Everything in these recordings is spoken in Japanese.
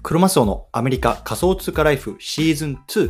クロマスオのアメリカ仮想通貨ライフシーズン2。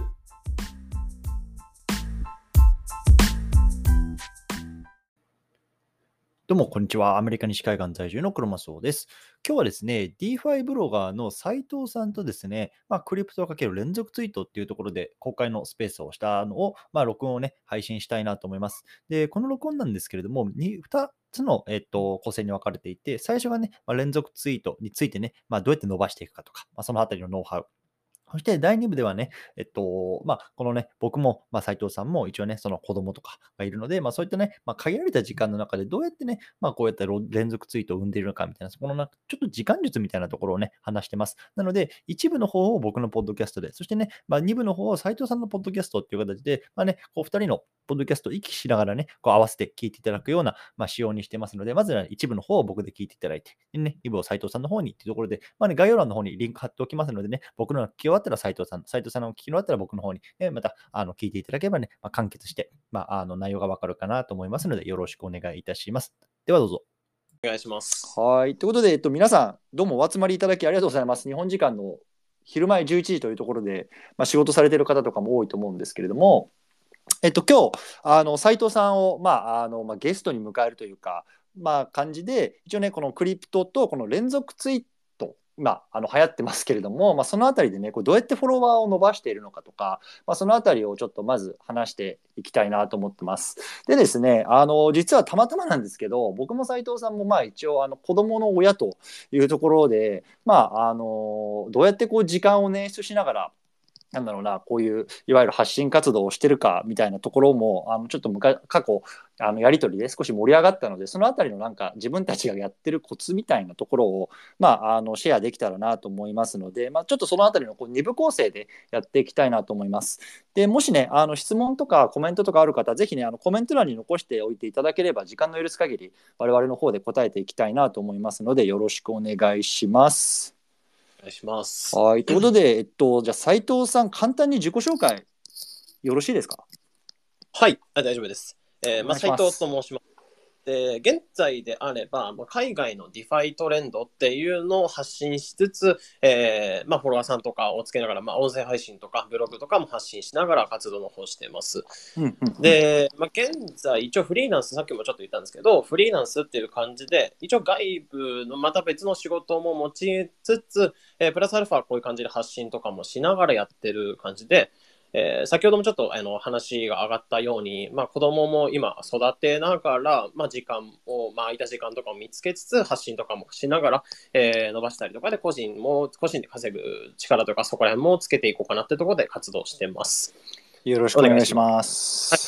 どうもこんにちは。アメリカ西海岸在住のクロマスオです。今日はですね、DeFi ブロガーの斉藤さんとですね、クリプトをかける連続ツイートっていうところで公開のスペースをしたのを、録音をね、配信したいなと思います。で、この録音なんですけれども、2つの、構成に分かれていて、最初がね、連続ツイートについてね、どうやって伸ばしていくかとか、そのあたりのノウハウ。そして第2部ではね、このね、僕も、斉藤さんも一応ね、その子供とかがいるので、そういったね、限られた時間の中でどうやってね、こうやって連続ツイートを生んでいるのかみたいな、そこのちょっと時間術みたいなところをね、話してます。なので、一部の方を僕のポッドキャストで、そしてね、二部の方を斉藤さんのポッドキャストっていう形で、こう二人のポッドキャストを行き来しながらね、こう合わせて聞いていただくような、仕様にしてますので、まずは一部の方を僕で聞いていただいて、でね、二部を斉藤さんの方にっていうところで、概要欄の方にリンク貼っておきますのでね、僕の聞き終わったら斉藤さんの聞き終わったら僕の方に、また聞いていただければね、完結して、内容がわかるかなと思いますので、よろしくお願いいたします。ではどうぞ。 お願いします。 はい。ということで、皆さん、どうもお集まりいただきありがとうございます。日本時間の昼前11時というところで、仕事されている方とかも多いと思うんですけれども、今日、斉藤さんを、ゲストに迎えるというか、感じで、一応ね、このクリプトとこの連続ツイート、流行ってますけれども、そのあたりでね、こうどうやってフォロワーを伸ばしているのかとか、そのあたりをちょっとまず話していきたいなと思ってます。でですね、実はたまたまなんですけど、僕も斉藤さんも一応子供の親というところで、どうやってこう時間を捻出しながら、こういういわゆる発信活動をしてるかみたいなところもちょっと過去やり取りで少し盛り上がったので、そのあたりの自分たちがやってるコツみたいなところを、シェアできたらなと思いますので、ちょっとそのあたりの2部構成でやっていきたいなと思います。でもしね質問とかコメントとかある方、ぜひねコメント欄に残しておいていただければ、時間の許す限り我々の方で答えていきたいなと思いますので、よろしくお願いします。 お願いします。 はい。ということで、じゃあ斉藤さん、簡単に自己紹介よろしいですか？ はい、大丈夫です。斉藤と申します。で、現在であれば、海外のディファイトレンドっていうのを発信しつつ、フォロワーさんとかをつけながら、音声配信とかブログとかも発信しながら活動の方してます。で、現在、一応フリーランス、さっきもちょっと言ったんですけど、フリーランスっていう感じで、一応外部のまた別の仕事も持ちつつ、プラスアルファこういう感じで発信とかもしながらやってる感じで、先ほどもちょっと話が上がったように、子供も今育てながら、時間を、空いた時間とかを見つけつつ発信とかもしながら、伸ばしたりとかで個人で稼ぐ力とかそこら辺もつけていこうかなってところで活動してます。 よろしくお願いします。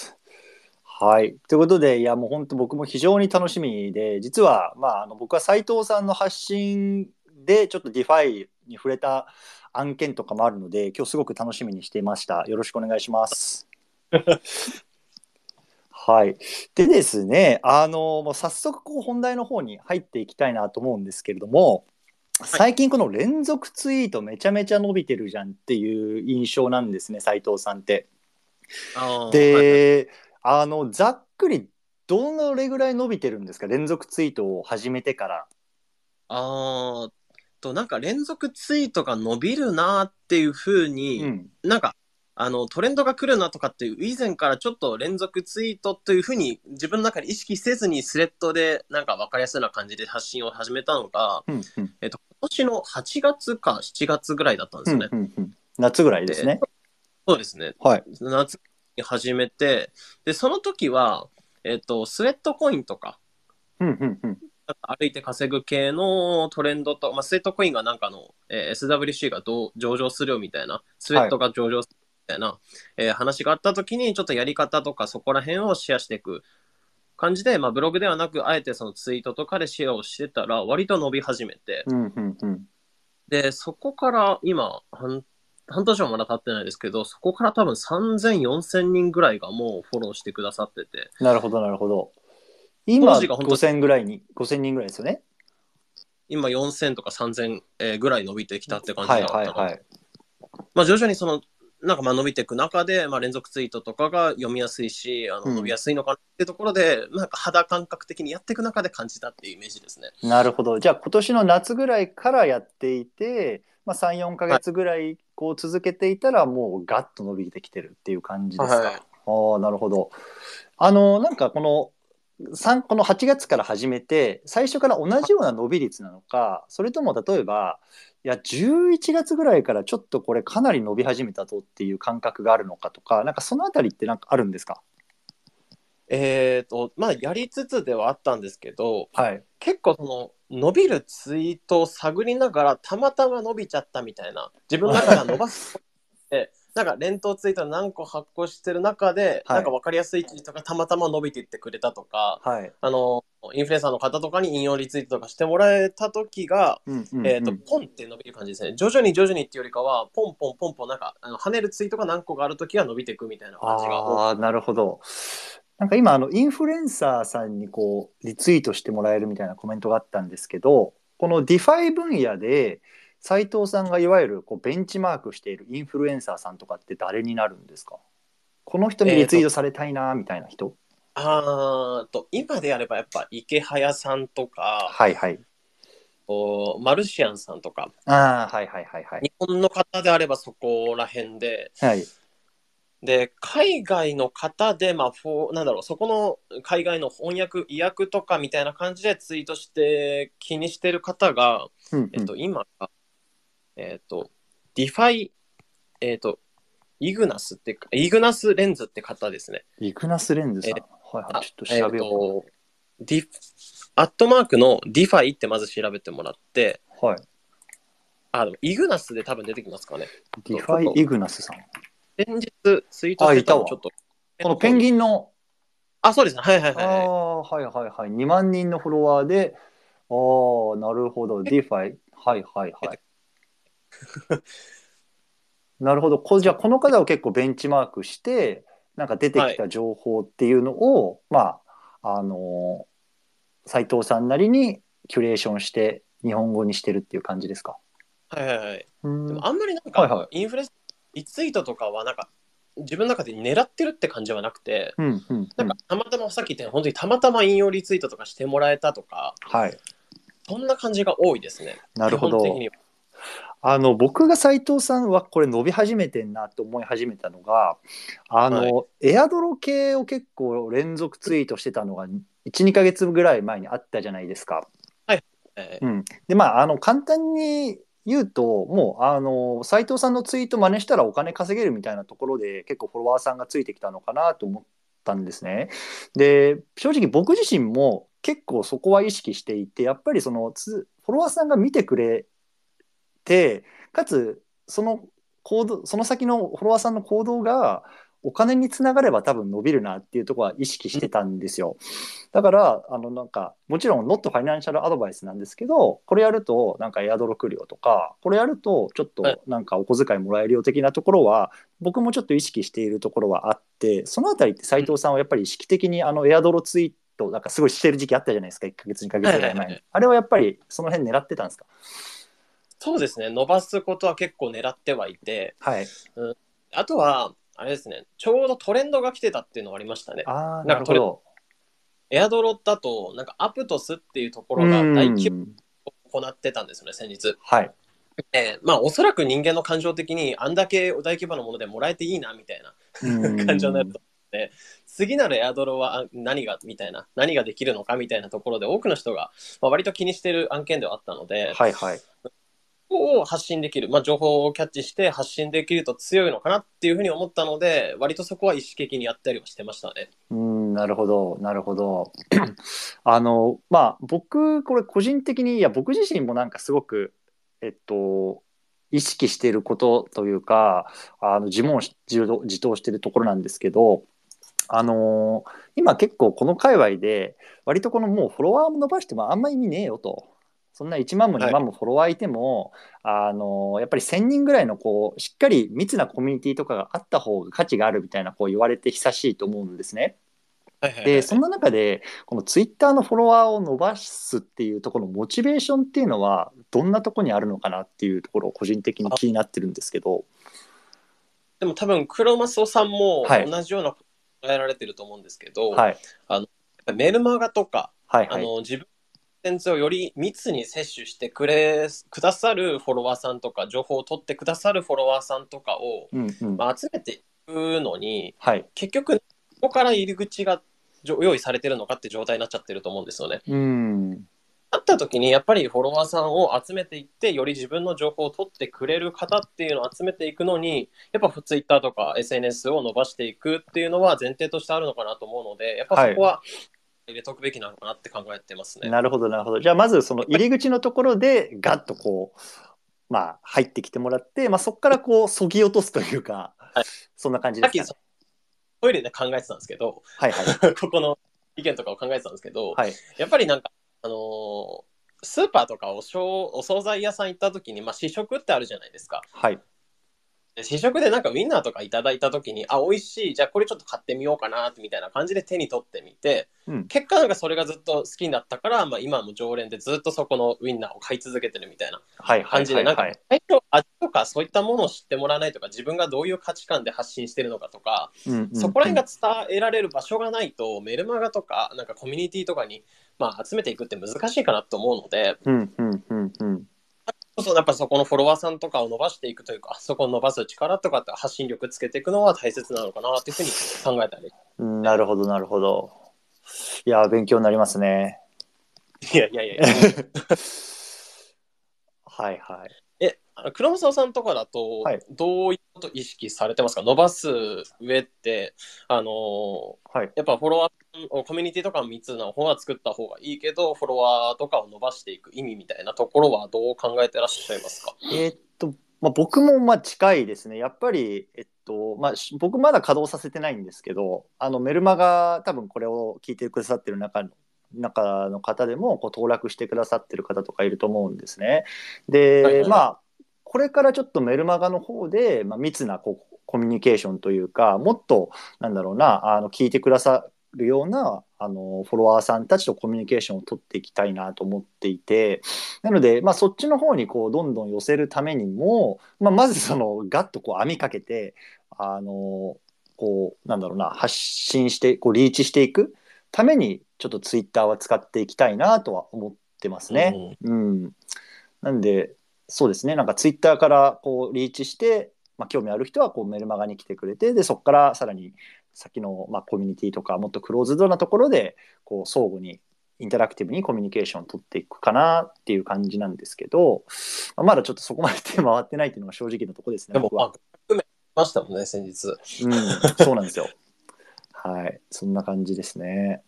はい。ということで、いやもう本当僕も非常に楽しみで、実は、僕は斉藤さんの発信でちょっとディファイに触れた案件とかもあるので、今日すごく楽しみにしていました。よろしくお願いします。はい。でですね、もう早速本題の方に入っていきたいなと思うんですけれども、最近この連続ツイートめちゃめちゃ伸びてるじゃんっていう印象なんですね、斉藤さんって。で、ざっくりどれぐらい伸びてるんですか、連続ツイートを始めてから。 連続ツイートが伸びるなっていうふうに、トレンドが来るなとかっていう以前からちょっと連続ツイートというふうに自分の中で意識せずにスレッドで分かりやすいな感じで発信を始めたのが、今年の8月か7月ぐらいだったんですよね。 夏ぐらいですね。 そうですね。 はい。 夏に始めて、で、その時は、スウェットコインとか、歩いて稼ぐ系のトレンドと、スウェットコインがSWC が上場するよみたいな、スウェットが上場するみたいな、話があった時に、ちょっとやり方とかそこら辺をシェアしていく感じで、ブログではなく、あえてそのツイートとかでシェアをしてたら、割と伸び始めて、で、そこから今、半年はまだ経ってないですけど、そこから多分3000、4000人ぐらいがもうフォローしてくださってて。 なるほど、なるほど。今、5000人ぐらいですよね。 今4000とか3000ぐらい伸びてきたって感じだったので。徐々に伸びていく中で、連続ツイートとかが読みやすいし、伸びやすいのかなっていうところで、肌感覚的にやっていく中で感じたっていうイメージですね。 なるほど。じゃあ今年の夏ぐらいからやっていて、 まあ、3、4ヶ月ぐらいこう続けていたらもうガッと伸びてきてるっていう感じですか。 はい。 ああ、なるほど。なんかこの8月から始めて最初から同じような伸び率なのか、それとも例えばいや11月ぐらいからちょっとこれかなり伸び始めたぞっていう感覚があるのかとか、なんかそのあたりってなんかあるんですか？ まあ、やりつつではあったんですけど、 はい。 結構その伸びるツイートを探りながらたまたま伸びちゃったみたいな、自分の中では伸ばすってなんか連投ツイート何個発行してる中で、 はいなんか分かりやすいツイートがたまたま伸びていってくれたとか、 はい。 インフルエンサーの方とかに引用リツイートとかしてもらえた時が、 うんうんうん。 ポンって伸びる感じですね。徐々に徐々にっていうよりかは、ポンポンポンポンなんか跳ねるツイートが何個かある時は伸びていくみたいな感じが多く。 ああ、なるほど。なんか今インフルエンサーさんにこうリツイートしてもらえるみたいなコメントがあったんですけど、このディファイ分野で斉藤さんがいわゆるこうベンチマークしているインフルエンサーさんとかって誰になるんですか？この人にリツイートされたいなみたいな人。 今であればやっぱ池早さんとか、 はいはい。 マルシアンさんとか、 ああ、はいはいはいはい。 日本の方であればそこら辺で、 はい。 で、海外の方で、まあ、なんだろう、そこの海外の翻訳、意訳とかみたいな感じでツイートして気にしてる方が、 うんうん。 今が、ディファイ、イグナスってか、イグナスレンズって方ですね。 イグナスレンズさん。 えーはいはい。 あ、 ちょっと調べようディフ、アットマークのディファイってまず調べてもらって、 かな。はい。 でもイグナスで多分出てきますかね。 ディフちょっと、 ァイイグナスさん。 先日ツイートあ、 していたわ。 たのちょっと、 このペンギンの、 そうですね。はいはいあはいはい。 あ、はいはいはい。2万人のフォロワーで、ああ、なるほど。ディファイ。はいはいはい。なるほど。じゃあ、この方を結構ベンチマークして、なんか出てはい。 きた情報っていうのを、まあ、斉藤さんなりにキュレーションして、日本語にしてるっていう感じですか？ はいはいはい。 うん。 でもあんまりなんか、 はいはい。 インフレリツイートとかはなんか、自分の中で狙ってるって感じはなくて、 うんうんうん。 なんかたまたまさっき言ったように、本当にたまたま引用リツイートとかしてもらえたとか、 はい。 そんな感じが多いですね。 な基るほど。 本的には。 僕が斉藤さんはこれ伸び始めてんなと思い始めたのが、 はい。 エアドロ系を結構連続ツイートしてたのが1、2ヶ月ぐらい前にあったじゃないですか。 はい。はいうん。で、まあ、簡単に言うと、もう、斉藤さんのツイート真似したらお金稼げるみたいなところで結構フォロワーさんがついてきたのかなと思ったんですね。で、正直僕自身も結構そこは意識していて、やっぱりフォロワーさんが見てくれて、かつその先のフォロワーさんの行動がお金につながれば多分伸びるなっていうところは意識してたんですよ。だからなんかもちろんノットファイナンシャルアドバイスなんですけど、これやるとなんかエアドロ来るよとか、これやるとちょっはい。 となんかお小遣いもらえるよ的なところは僕もちょっと意識しているところはあって、そのあたりって斉藤さんはやっぱり意識的にエアドロツイートなんかすごいしてる時期あったじゃないですか。1ヶ月2ヶはい月ぐらい前に。 はいはい。 あれはやっぱりその辺狙ってたんですか？ そうですね。伸ばすことは結構狙ってはいて、 はい。 うん、あとは、あれですね。ちょうどトレンドが来てたっていうのがありましたね。 ああ、 なんかトレなるほど。 エアドロだと、なんかアプトスっていうとこうーろが大規ん。 模に行ってたんですよね、先日。 はい。 まあ、おそらく人間の感情的に、あんだけ大規模なものでもらえていいな、みたいなうー感情になるん。 と思って、次なるエアドロは何が、みたいな、何ができるのか、みたいなところで、多くの人が、まあ、割と気にしている案件ではあったので、 はいはい。 を発信できる、まあ、情報をキャッチして発信できると強いのかなっていうふうに思ったので、割とそこは意識的にやったりはしてましたね。 うーん、なるほど、なるほど。まあ、僕、これ個人的に、いや、僕自身もなんかすごく、えっと、意識していることというか、自問自答しているところなんですけど、今結構この界隈で、割とこのもうフォロワーも伸ばしてもあんま意味ねえよと。そんな1万も2 はい。 万もフォロワーいても、やっぱり1000人ぐらいのしっかり密なコミュニティとかがあった方が価値があるみたいな言われて久しいと思うんですね。 はいはいはで、そんい。 な中で、このツイッターのフォロワーを伸ばすっていうところのモチベーションっていうのは、どんなところにあるのかなっていうところを個人的に気になってるんですけど。 でも多分、黒マスオさんもはい。 同じようなことをやられてると思うんですけど、 はい。 あの、メルマガとか、 はいはい。 自分テンツをより密に摂取してくださるフォロワーさんとか、情報を取ってくださるフォロワーさんとかを、集めていくのに、結局、どこから入り口が用意されてるのかって状態になっちゃってると思うんですよね。あった時にやっぱりフォロワーさんを集めていってより自分の情報を取ってくれる方っていうのを集めていくのにやっぱツイッターとか SNS を伸ばしていくっていうのは前提としてあるのかなと思うのでやっぱそこは入れとくべきなのかなって考えてますね。 なるほどなるほど。じゃあまずその入り口のところでガッとこう入ってきてもらって、そこからこうそぎ落とすというか、そんな感じですかね。 さっきトイレで考えてたんですけど、ここの意見とかを考えてたんですけど、やっぱりなんかスーパーとかお惣菜屋さん行った時に、試食ってあるじゃないですか。で試食でなんかウインナーとかいただいた時に美味しいじゃあこれちょっと買ってみようかなみたいな感じで手に取ってみて、結果なんかそれがずっと好きになったから、今も常連でずっとそこのウインナーを買い続けてるみたいな感じで、なんか最初味とかそういったものを知ってもらわないとか自分がどういう価値観で発信してるのかとか、そこら辺が伝えられる場所がないとメルマガとかなんかコミュニティとかに集めていくって難しいかなと思うので、やっぱそこのフォロワーさんとかを伸ばしていくというか、そこを伸ばす力とかって発信力つけていくのは大切なのかなっていうふうに考えたり。 なるほどなるほど。いや勉強になりますね。 いや黒沢さんとかだとどういうこと意識されてますか？伸ばす上ってやっぱフォロワーコミュニティとか密な方は作った方がいいけどフォロワーとかを伸ばしていく意味みたいなところはどう考えてらっしゃいますか？ 僕も近いですね。やっぱり、僕まだ稼働させてないんですけどメルマガ多分これを聞いてくださってる中の方でもこう登録してくださってる方とかいると思うんですね。で、これからちょっとメルマガの方で、密なコミュニケーションというかもっと聞いてくださるようなフォロワーさんたちとコミュニケーションを取っていきたいなと思っていて、なので、そっちの方にこうどんどん寄せるためにも、まずそのガッとこう網かけて発信してこうリーチしていくためにちょっとツイッターは使っていきたいなとは思ってますね。なんでそうですね、なんかツイッターからこうリーチして、興味ある人はこうメルマガに来てくれて、でそこからさらに先のコミュニティとかもっとクローズドなところでこう相互にインタラクティブにコミュニケーションを取っていくかなっていう感じなんですけど、まだちょっとそこまで手回ってないっていうのが正直なところですね。 でも含めましたもんね先日。 そうなんですよ。そんな感じですね。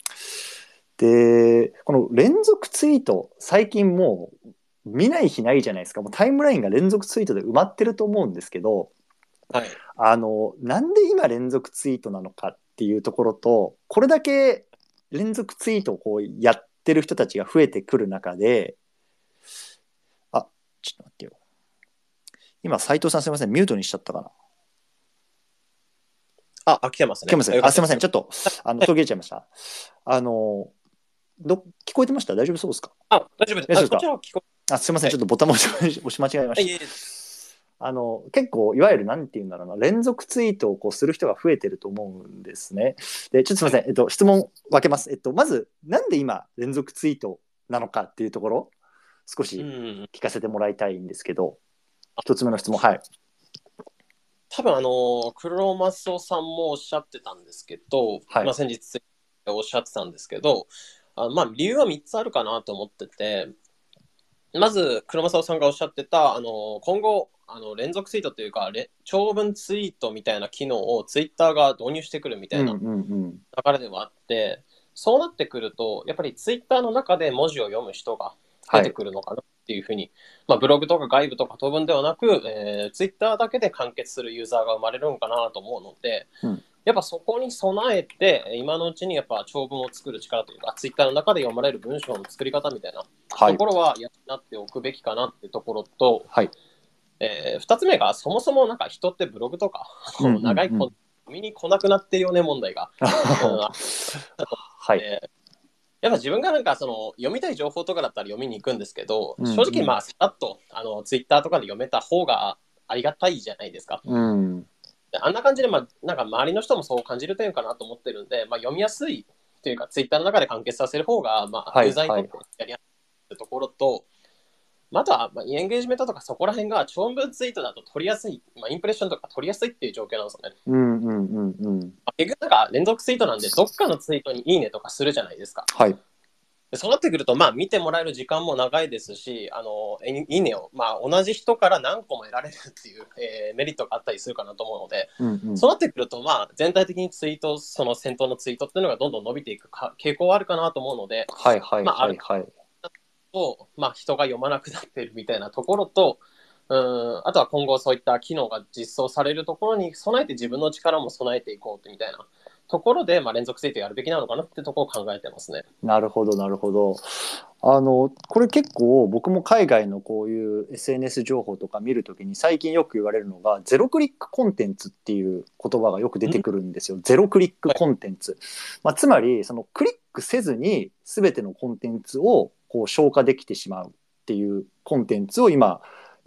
でこの連続ツイート最近もう見ない日ないじゃないですか。もうタイムラインが連続ツイートで埋まってると思うんですけど、なんで今連続ツイートなのかっていうところと、これだけ連続ツイートをこうやってる人たちが増えてくる中で、ちょっと待ってよ。今斉藤さんすいませんミュートにしちゃったかな。 来てますね。 すいませんちょっと途切れちゃいました。聞こえてました？大丈夫そうですか？ 大丈夫です。こちらは聞こえすいません、ちょっとボタン押し間違えました。結構いわゆるなんていうんだろうな、連続ツイートをこうする人が増えてると思うんですね。でちょっとすみません、質問分けます。まずなんで今連続ツイートなのかっていうところ少し聞かせてもらいたいんですけど、一つ目の質問。 多分黒マスオさんもおっしゃってたんですけど、先日おっしゃってたんですけど、理由は3つあるかなと思ってて、まず黒マスオさんがおっしゃってた今後連続ツイートというか長文ツイートみたいな機能をツイッターが導入してくるみたいな流れではあって、そうなってくるとやっぱりツイッターの中で文字を読む人が出てくるのかなっていうふうに、ブログとか外部とか当文ではなく、ツイッターだけで完結するユーザーが生まれるのかなと思うので、やっぱそこに備えて今のうちにやっぱ長文を作る力というかツイッターの中で読まれる文章の作り方みたいなところは養っておくべきかなってところと、2つ目がそもそもなんか人ってブログとか長い本見に来なくなってるよね問題がやっぱ自分がなんかその読みたい情報とかだったら読みに行くんですけど、正直さらっとツイッターとかで読めた方がありがたいじゃないですか。あんな感じでなんか周りの人もそう感じる点かなと思ってるんで、読みやすいというか、ツイッターの中で完結させる方が、まあ、 はいユーザーにとってやりやすいところと、あとは、まあ、エンゲージメントとかそこら辺が長文ツイートだと取りやすい、まあ、インプレッションとか取りやすいっていう状況なんですよね。 うんうんうんうん。 結局なんか連続ツイートなんで、どっかのツイートにいいねとかするじゃないですか。 はい。 でそうなってくると、まあ、見てもらえる時間も長いですし、いいねを、まあ、同じ人から何個も得られるっていう、メリットがあったりするかなと思うので、 うんうん。 そうなってくると、まあ、全体的にツイート、その先頭のツイートっていうのがどんどん伸びていく傾向はあるかなと思うので、 はいはいまあ、あるはいはい。 と、まあ、人が読まなくなっているみたいなところと、あとは今後そういった機能が実装されるところに備えて自分の力も備えていこうってみたいなところで、まあ、連続ツイートやるべきなのかなってところを考えてますね。 なるほどなるほど。これ結構僕も海外のこういう SNS 情報とか見るときに最近よく言われるのがゼロクリックコンテンツっていう言葉がよく出てくるんですよ。ゼロクリックコンテンツ。まあ、つまりそのクリックせずに全てのコンテンツをこう消化できてしまうっていうコンテンツを今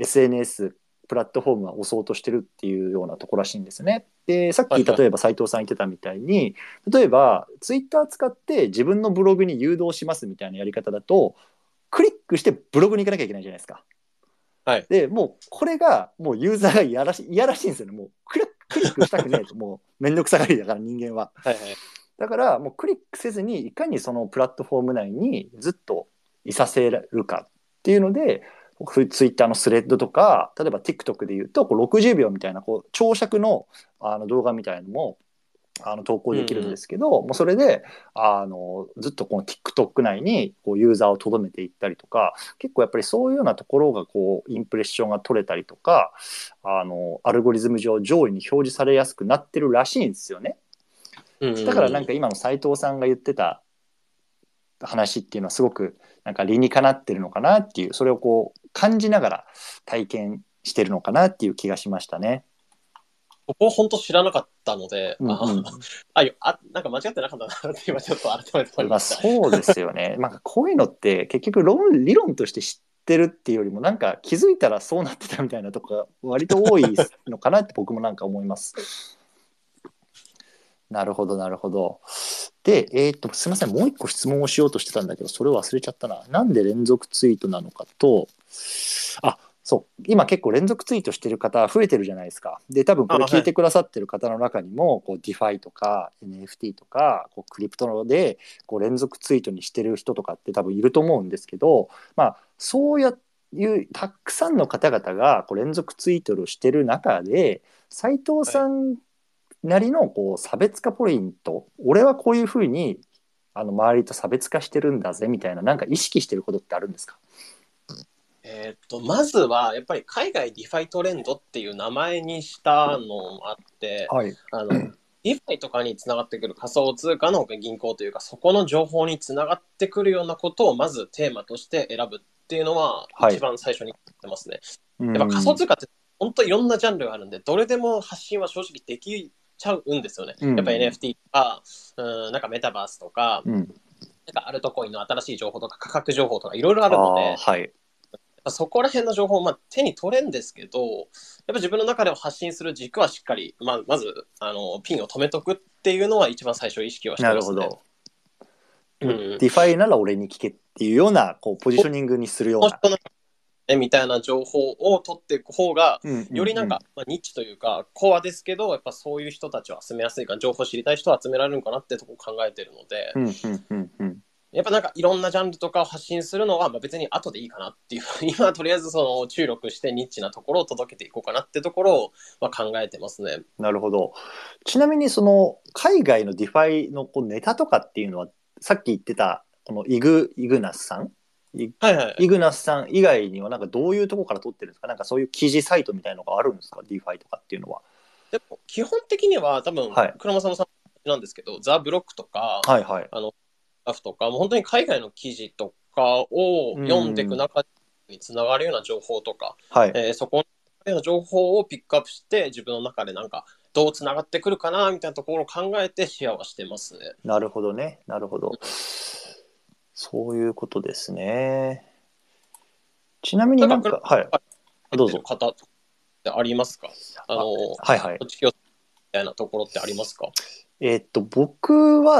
SNS プラットフォームは押そうとしてるっていうようなところらしいんですね。で、さっき例えば斉藤さん言ってたみたいに、例えばツイッター使って自分のブログに誘導しますみたいなやり方だと、クリックしてブログに行かなきゃいけないじゃないですか。 はい。 で、もうこれがもうユーザーがいやらしいんですよね。もうクリックしたくねえと、もうめんどくさがりだから人間は。 はいはい。 だからもうクリックせずにいかにそのプラットフォーム内にずっといさせるかっていうので、ツイッターのスレッドとか、例えば TikTok でいうとこう60秒みたいなこう長尺の動画みたいなのも投稿できるんですけど、もうそれでずっとこの TikTok 内にこうユーザーをとどめていったりとか、結構やっぱりそういうようなところがこうインプレッションが取れたりとか、アルゴリズム上上位に表示されやすくなってるらしいんですよね。だからなんか今の斉藤さんが言ってた話っていうのはすごくなんか理にかなってるのかなっていう、それをこう感じながら体験してるのかなっていう気がしましたね。 ここ本当知らなかったので、 うんうん、 なんか間違ってなかったなって今ちょっと改めて思いまあました。 そうですよね。まあこういうのって結局理論として知ってるっていうよりもなんか気づいたらそうなってたみたいなとこが割と多いのかなって僕もなんか思います。なるほどなるほど。で、すみません、もう一個質問をしようとしてたんだけどそれを忘れちゃったな。なんで連続ツイートなのかと、そう今結構連続ツイートしてる方増えてるじゃないですか。で多分これ聞いてくださってる方の中にもこう DeFi とか NFT とかこうクリプトでこう連続ツイートにしてる人とかって多分いると思うんですけど、まあそういうたくさんの方々がこう連続ツイートをしてる中で斉藤さんなりのこう差別化ポイント、俺はこういうふうに周りと差別化してるんだぜみたいな、なんか意識してることってあるんですか？ まずはやっぱり海外ディファイトレンドっていう名前にしたのもあって、 はい、 ディファイとかにつながってくる仮想通貨の銀行というか、そこの情報につながってくるようなことをまずテーマとして選ぶっていうのは一番最初に言ってますね。やっぱ仮想通貨って本当いろんなジャンルがあるんで、どれでも発信は正直できちゃうんですよね。やっぱり NFT とか、なんかメタバースとか、なんかアルトコインの新しい情報とか価格情報とかいろいろあるので、 はい、 そこら辺の情報を手に取れるんですけど、やっぱ自分の中で発信する軸はしっかり、まずピンを止めとくっていうのは一番最初意識はしてますね。 なるほど。ディファイなら俺に聞けっていうようなこうポジショニングにするような。 みたいな情報を取っていく方が、よりなんか、ニッチというかコアですけど、やっぱそういう人たちを集めやすいから、情報を知りたい人を集められるのかなってとこを考えてるので、やっぱなんかいろんなジャンルとかを発信するのは別に後でいいかなっていう、今はとりあえずその注力してニッチなところを届けていこうかなってところを考えてますね。 なるほど。ちなみにその海外のディファイのこうネタとかっていうのは、さっき言ってたこのイグナスさんイグナスさん以外にはなんかどういうところから取ってるんですか？なんかそういう記事サイトみたいなのがあるんですか？ DeFi とかっていうのは。 でも基本的には多分、倉間さんなんですけど、ザ・ブロックとか、ラフとか、もう本当に海外の記事とかを読んでいく中につながるような情報とか、そこの情報をピックアップして自分の中でなんかどうつながってくるかなみたいなところを考えてシェアはしてますね。 なるほどね。なるほど。そういうことですね。ちなみになんか、 どうぞ。方ってありますか？土地みたいなところってありますか？ 僕は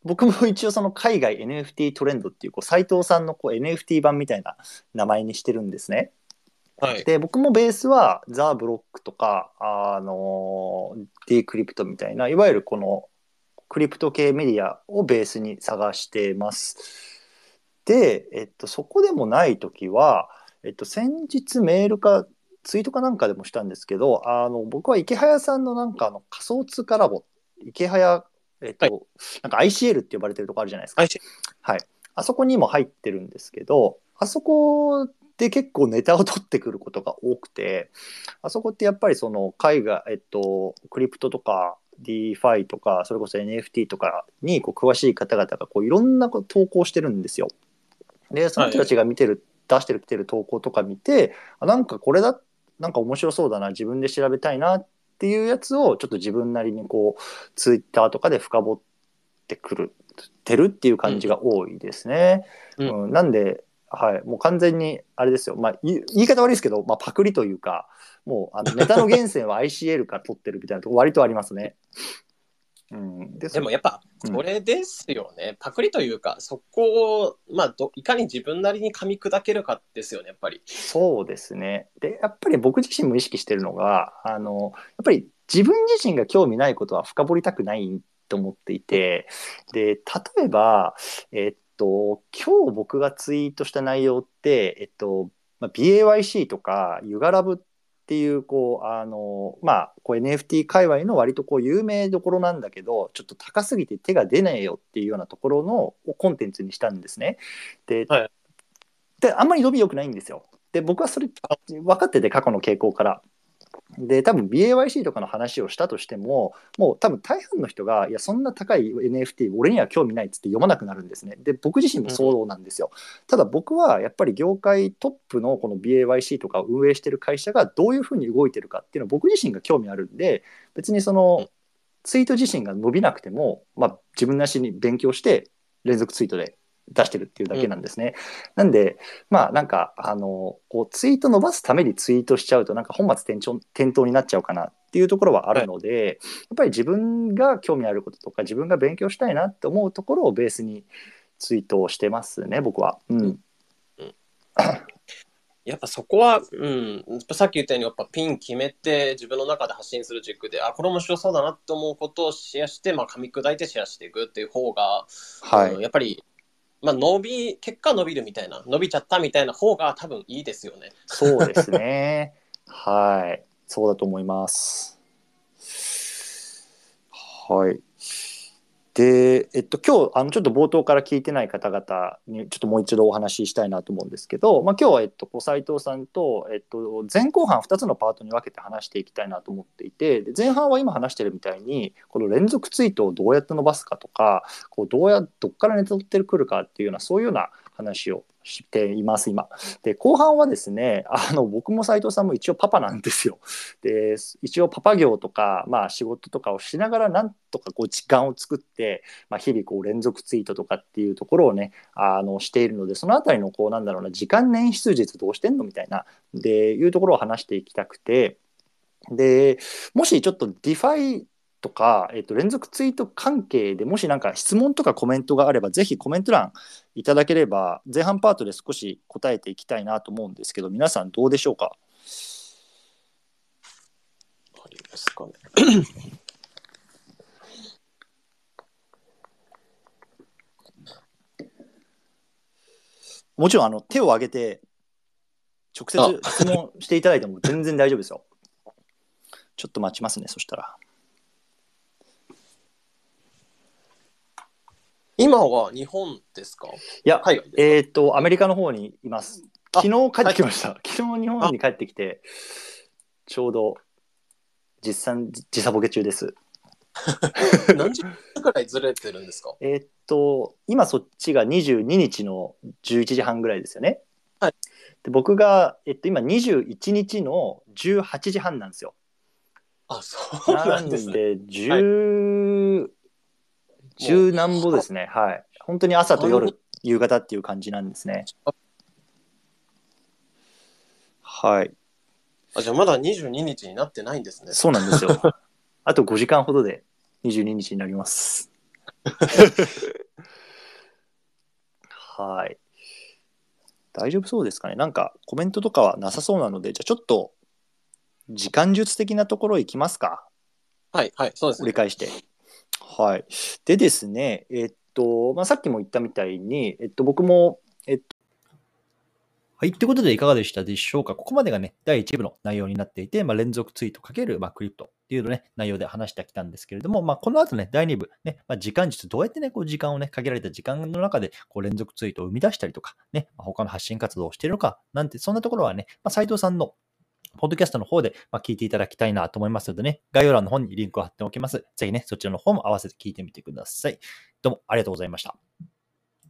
僕も一応その海外 NFT トレンドっていう、斉藤さんのNFT 版みたいな名前にしてるんですね。 はい。 で、僕もベースはザ・ブロックとか、ディクリプトみたいな、いわゆるこのクリプト系メディアをベースに探してます。で、そこでもないときは、先日メールかツイートかなんかでもしたんですけど、僕は池早さんのなんか仮想通貨ラボ、池早、 はい。 なんか ICL って呼ばれてるとこあるじゃないですか。 はい。 はい。あそこにも入ってるんですけど、あそこで結構ネタを取ってくることが多くて、あそこってやっぱりその海外、クリプトとか DeFi とか、それこそ NFT とかに詳しい方々がいろんな投稿してるんですよ。で、その人たちが出してきてる投稿とか見て、なんかこれなんか面白そうだな、自分で調べたいなっていうやつをちょっと自分なりにツイッターとかで深掘ってくるっていう感じが多いですね。なんで、はい、もう完全にあれですよ、言い方悪いですけど、パクリというか、もうネタの源泉は ICL から取ってるみたいなところ割とありますね。 でもやっぱそれですよね、パクリというか、そこを、いかに自分なりに噛み砕けるかですよね、やっぱり。 そうですね。で、やっぱり僕自身も意識してるのが、やっぱり自分自身が興味ないことは深掘りたくないと思っていて、で、例えば、今日僕がツイートした内容って、BAYC とかユガラブっていう、NFT 界隈の割と有名どころなんだけど、ちょっと高すぎて手が出ないよっていうようなところのコンテンツにしたんですね。で、 はい。 あんまり伸び良くないんですよ。で、僕はそれ分かってて、過去の傾向から。で、多分 BAYC とかの話をしたとしても、もう多分大半の人が、いや、そんな高い NFT、俺には興味ないっつって読まなくなるんですね。で、僕自身もそうなんですよ。ただ僕はやっぱり業界トップのこの BAYC とかを運営してる会社がどういうふうに動いてるかっていうのは僕自身が興味あるんで、別にそのツイート自身が伸びなくても、自分なしに勉強して連続ツイートで出してるっていうだけなんですね。なんで、なんか、ツイート伸ばすためにツイートしちゃうと、なんか本末転倒になっちゃうかなっていうところはあるので、やっぱり自分が興味あることとか、自分が勉強したいなって思うところをベースにツイートをしてますね、僕は。 やっぱそこは、さっき言ったように、やっぱピン決めて、自分の中で発信する軸で、これ面白そうだなって思うことをシェアして、噛み砕いてシェアしていくっていう方が、やっぱり、結果伸びるみたいな、伸びちゃったみたいな方が多分いいですよね。 そうですね。はい。そうだと思います。はい。で、今日、ちょっと冒頭から聞いてない方々に、ちょっともう一度お話ししたいなと思うんですけど、今日は、斉藤さんと、前後半2つのパートに分けて話していきたいなと思っていて、で前半は今話してるみたいに、この連続ツイートをどうやって伸ばすかとか、どっからネタ取ってくるかっていうような、そういうような話をしています今。で後半はですね、僕も斉藤さんも一応パパなんですよ。で一応パパ業とか、仕事とかをしながらなんとか時間を作って、日々連続ツイートとかっていうところをねしているので、そのあたりのなんだろうな、時間捻出術どうしてんのみたいなでいうところを話していきたくて、でもしちょっとディファイとか、連続ツイート関係でもしなんか質問とかコメントがあれば、ぜひコメント欄いただければ前半パートで少し答えていきたいなと思うんですけど、皆さんどうでしょうか？ ありますかね。 もちろん手を挙げて直接質問していただいても全然大丈夫ですよ。ちょっと待ちますね、そしたら。 今は日本ですか？ いや、 海外ですか？ アメリカの方にいます。昨日帰ってきました。昨日日本に帰ってきて、ちょうど時差ボケ中です。 何時くらいずれてるんですか？ 今そっちが22日の11時半ぐらいですよね。 はい。 で僕が、今21日の18時半なんですよ。 そうなんですね。 なんで10何歩ですね。はい。本当に朝と夜、夕方っていう感じなんですね。はい。 じゃあまだ22日になってないんですね。 そうなんですよ。あと5時間ほどで22日になります。 はい。大丈夫そうですかね。なんかコメントとかはなさそうなので、じゃあちょっと時間術的なところいきますか。 はい、はい、そうですね。 折り返して。はい。でですね、さっきも言ったみたいに、僕も、 はい。ということで、いかがでしたでしょうか。ここまでがね、第1部の内容になっていて、連続ツイートかける、クリプトっていうのね、内容で話してきたんですけれども、この後ね、第2部、ね、時間術、どうやってね、こう時間をね、限られた時間の中で、こう連続ツイートを生み出したりとか、ね、他の発信活動をしているのか、なんて、そんなところはね、斉藤さんのポッドキャストの方で聞いていただきたいなと思いますのでね、概要欄の方にリンクを貼っておきます。ぜひね、そちらの方も合わせて聞いてみてください。どうもありがとうございました。